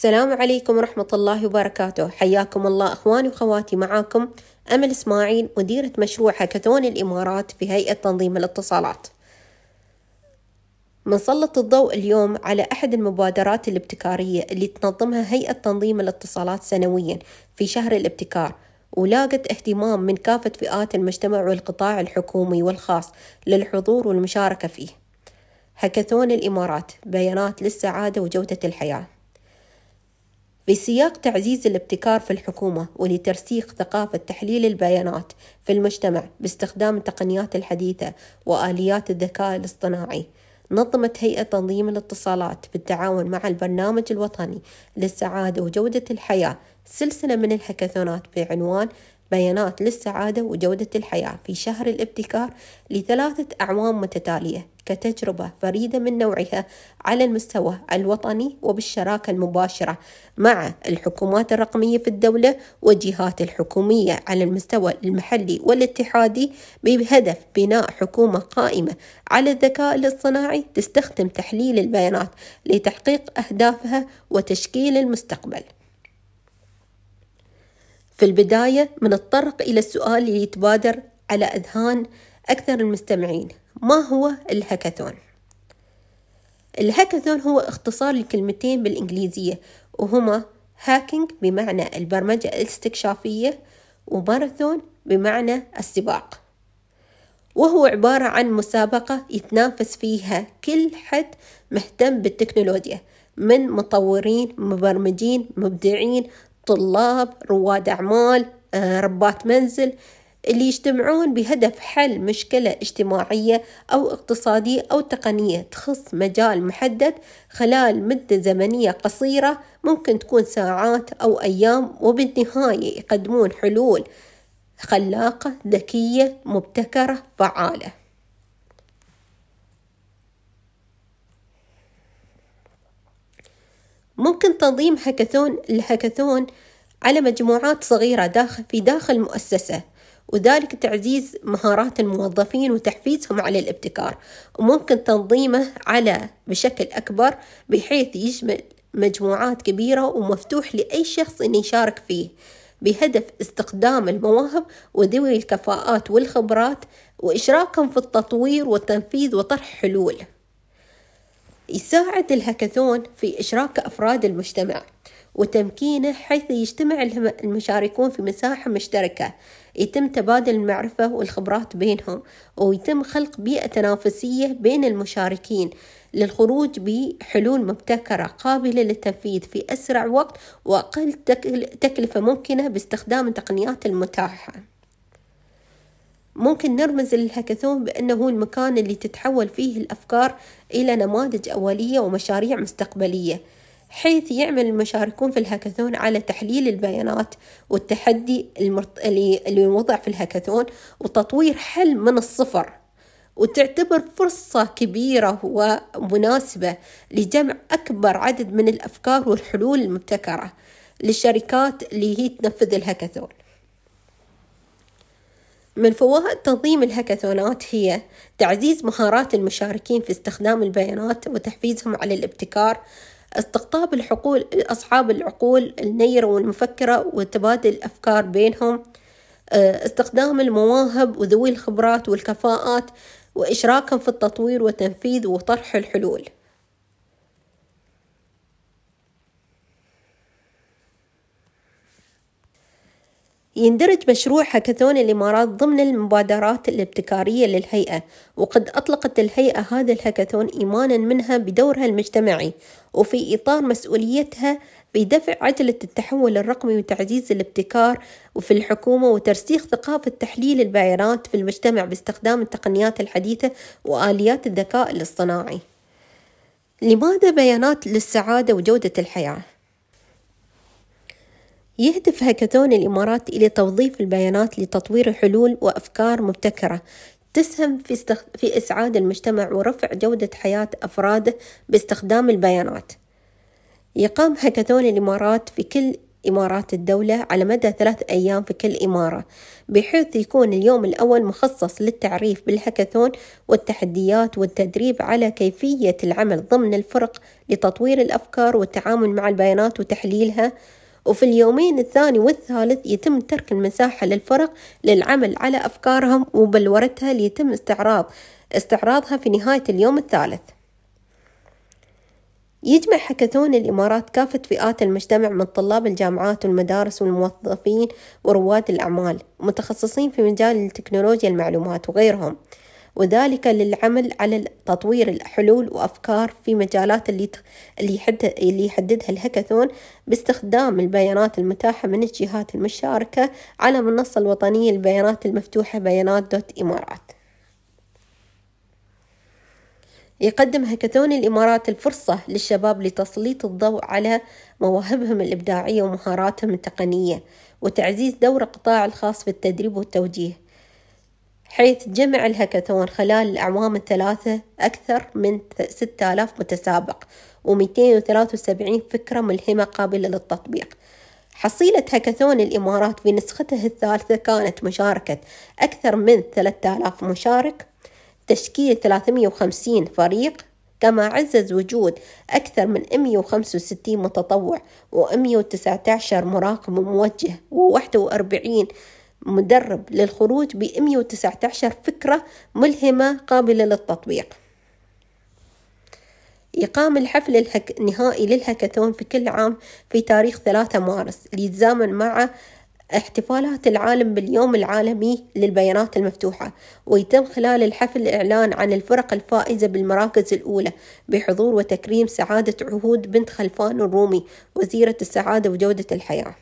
السلام عليكم ورحمة الله وبركاته. حياكم الله أخواني وخواتي، معاكم أمل إسماعيل، مديرة مشروع هاكاثون الإمارات في هيئة تنظيم الاتصالات. منسلط الضوء اليوم على أحد المبادرات الابتكارية اللي تنظمها هيئة تنظيم الاتصالات سنويا في شهر الابتكار، ولاقت اهتمام من كافة فئات المجتمع والقطاع الحكومي والخاص للحضور والمشاركة فيه. هاكاثون الإمارات، بيانات للسعادة وجودة الحياة. في سياق تعزيز الابتكار في الحكومة ولترسيخ ثقافة تحليل البيانات في المجتمع باستخدام التقنيات الحديثة وآليات الذكاء الاصطناعي، نظمت هيئة تنظيم الاتصالات بالتعاون مع البرنامج الوطني للسعادة وجودة الحياة سلسلة من الهاكاثونات بعنوان بيانات للسعادة وجودة الحياة في شهر الابتكار ل3 أعوام متتالية، كتجربة فريدة من نوعها على المستوى الوطني وبالشراكة المباشرة مع الحكومات الرقمية في الدولة والجهات الحكومية على المستوى المحلي والاتحادي، بهدف بناء حكومة قائمة على الذكاء الاصطناعي تستخدم تحليل البيانات لتحقيق أهدافها وتشكيل المستقبل. في البداية بنتطرق إلى السؤال اللي يتبادر على أذهان أكثر المستمعين: ما هو الهاكاثون؟ الهاكاثون هو اختصار لكلمتين بالإنجليزية، وهما هاكينج بمعنى البرمجة الاستكشافية، وماراثون بمعنى السباق، وهو عبارة عن مسابقة يتنافس فيها كل حد مهتم بالتكنولوجيا، من مطورين، مبرمجين، مبدعين، طلاب، رواد أعمال، ربات منزل، اللي يجتمعون بهدف حل مشكلة اجتماعية أو اقتصادية أو تقنية تخص مجال محدد خلال مدة زمنية قصيرة، ممكن تكون ساعات أو أيام، وبالنهاية يقدمون حلول خلاقة، ذكية، مبتكرة، فعالة. ممكن تنظيم الهاكاثون على مجموعات صغيرة في داخل مؤسسة، وذلك تعزيز مهارات الموظفين وتحفيزهم على الابتكار. وممكن تنظيمه بشكل أكبر بحيث يشمل مجموعات كبيرة ومفتوح لأي شخص أن يشارك فيه، بهدف استخدام المواهب وذوي الكفاءات والخبرات وإشراكهم في التطوير والتنفيذ وطرح حلول. يساعد الهاكاثون في إشراك أفراد المجتمع وتمكينه، حيث يجتمع المشاركون في مساحة مشتركة، يتم تبادل المعرفة والخبرات بينهم، ويتم خلق بيئة تنافسية بين المشاركين للخروج بحلول مبتكرة قابلة للتنفيذ في أسرع وقت وأقل تكلفة ممكنة باستخدام التقنيات المتاحة. ممكن نرمز للهاكاثون بأنه المكان اللي تتحول فيه الأفكار إلى نماذج أولية ومشاريع مستقبلية، حيث يعمل المشاركون في الهاكاثون على تحليل البيانات والتحدي اللي وضع في الهاكاثون وتطوير حل من الصفر، وتعتبر فرصة كبيرة ومناسبة لجمع أكبر عدد من الأفكار والحلول المبتكرة للشركات اللي هي تنفذ الهاكاثون. من فوائد تنظيم الهاكاثونات هي تعزيز مهارات المشاركين في استخدام البيانات وتحفيزهم على الابتكار، استقطاب أصحاب العقول النيرة والمفكرة وتبادل الأفكار بينهم، استخدام المواهب وذوي الخبرات والكفاءات وإشراكهم في التطوير والتنفيذ وطرح الحلول. يندرج مشروع هاكاثون الإمارات ضمن المبادرات الابتكارية للهيئة، وقد أطلقت الهيئة هذا الهاكاثون إيمانا منها بدورها المجتمعي، وفي إطار مسؤوليتها في دفع عجلة التحول الرقمي وتعزيز الابتكار وفي الحكومة وترسيخ ثقافة تحليل البيانات في المجتمع باستخدام التقنيات الحديثة وآليات الذكاء الاصطناعي. لماذا بيانات للسعادة وجودة الحياة؟ يهدف هاكاثون الإمارات إلى توظيف البيانات لتطوير حلول وأفكار مبتكرة تسهم في إسعاد المجتمع ورفع جودة حياة أفراده باستخدام البيانات. يقام هاكاثون الإمارات في كل إمارات الدولة على مدى 3 أيام في كل إمارة، بحيث يكون اليوم الأول مخصص للتعريف بالهاكاثون والتحديات والتدريب على كيفية العمل ضمن الفرق لتطوير الأفكار والتعامل مع البيانات وتحليلها. وفي اليومين الثاني والثالث يتم ترك المساحة للفرق للعمل على أفكارهم وبلورتها ليتم استعراضها في نهاية اليوم الثالث. يجمع هاكاثون الإمارات كافة فئات المجتمع من طلاب الجامعات والمدارس والموظفين ورواد الأعمال متخصصين في مجال التكنولوجيا المعلومات وغيرهم، وذلك للعمل على تطوير الحلول وأفكار في مجالات اللي يحددها الهاكاثون باستخدام البيانات المتاحة من الجهات المشاركة على المنصة الوطنية للبيانات المفتوحة بيانات.إمارات. يقدم هاكاثون الإمارات الفرصة للشباب لتسليط الضوء على مواهبهم الإبداعية ومهاراتهم التقنية وتعزيز دور القطاع الخاص في التدريب والتوجيه، حيث جمع الهاكاثون خلال الأعوام الثلاثة أكثر من 6000 متسابق و273 فكرة ملهمة قابلة للتطبيق. حصيلة هاكاثون الإمارات في نسخته الثالثة كانت مشاركة أكثر من 3000 مشارك، تشكيل 350 فريق، كما عزز وجود أكثر من 165 متطوع و119 مراقب موجه و41 مدرب للخروج ب119 فكرة ملهمة قابلة للتطبيق. يقام الحفل النهائي للهاكاثون في كل عام في تاريخ 3 مارس ليتزامن مع احتفالات العالم باليوم العالمي للبيانات المفتوحة، ويتم خلال الحفل الإعلان عن الفرق الفائزة بالمراكز الأولى بحضور وتكريم سعادة عهود بنت خلفان الرومي وزيرة السعادة وجودة الحياة.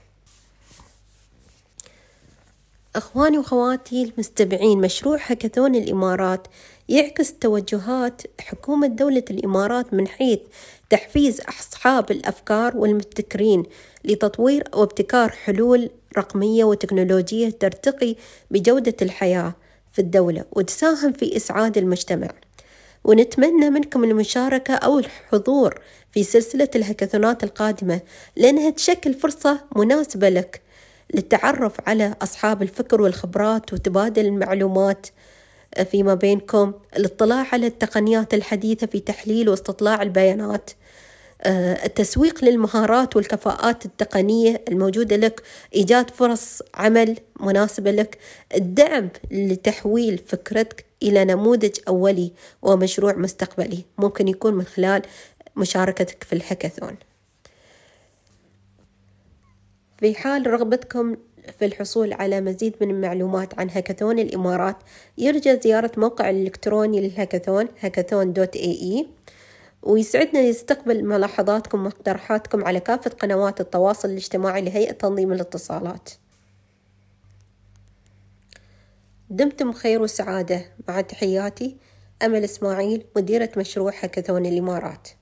أخواني وأخواتي المستمعين، مشروع هاكاثون الإمارات يعكس توجهات حكومة دولة الإمارات من حيث تحفيز أصحاب الأفكار والمبتكرين لتطوير وابتكار حلول رقمية وتكنولوجية ترتقي بجودة الحياة في الدولة وتساهم في إسعاد المجتمع. ونتمنى منكم المشاركة أو الحضور في سلسلة الهاكاثونات القادمة، لأنها تشكل فرصة مناسبة لك للتعرف على أصحاب الفكر والخبرات وتبادل المعلومات فيما بينكم، الاطلاع على التقنيات الحديثة في تحليل واستطلاع البيانات، التسويق للمهارات والكفاءات التقنية الموجودة لك، إيجاد فرص عمل مناسبة لك، الدعم لتحويل فكرتك إلى نموذج أولي ومشروع مستقبلي ممكن يكون من خلال مشاركتك في الهاكاثون. في حال رغبتكم في الحصول على مزيد من المعلومات عن هاكاثون الإمارات، يرجى زيارة موقع الإلكتروني للهاكاثون hackathon.ae، ويسعدنا نستقبل ملاحظاتكم واقتراحاتكم على كافة قنوات التواصل الاجتماعي لهيئة تنظيم الاتصالات. دمتم خير وسعادة، مع تحياتي أمل إسماعيل، مديرة مشروع هاكاثون الإمارات.